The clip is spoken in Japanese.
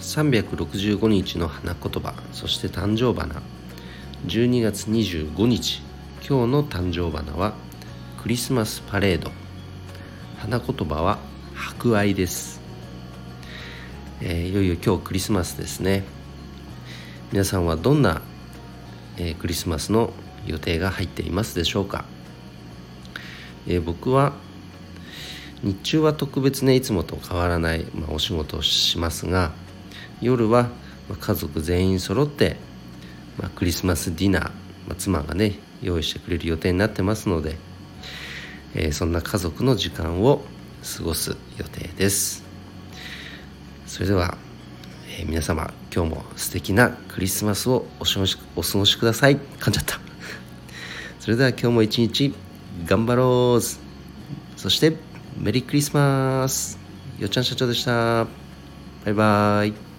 365日の花言葉、そして誕生花。12月25日、今日の誕生花はクリスマスパレード。花言葉は博愛です。いよいよ今日クリスマスですね。皆さんはどんな、クリスマスの予定が入っていますでしょうか。僕は日中は特別ね、いつもと変わらない、お仕事をしますが、夜は家族全員揃って、クリスマスディナー、妻がね用意してくれる予定になってますので、そんな家族の時間を過ごす予定です。それでは、皆様今日も素敵なクリスマスをお過ごしください。噛んじゃった。それでは今日も一日頑張ろう。そしてメリークリスマス。よっちゃん社長でした。バイバイ。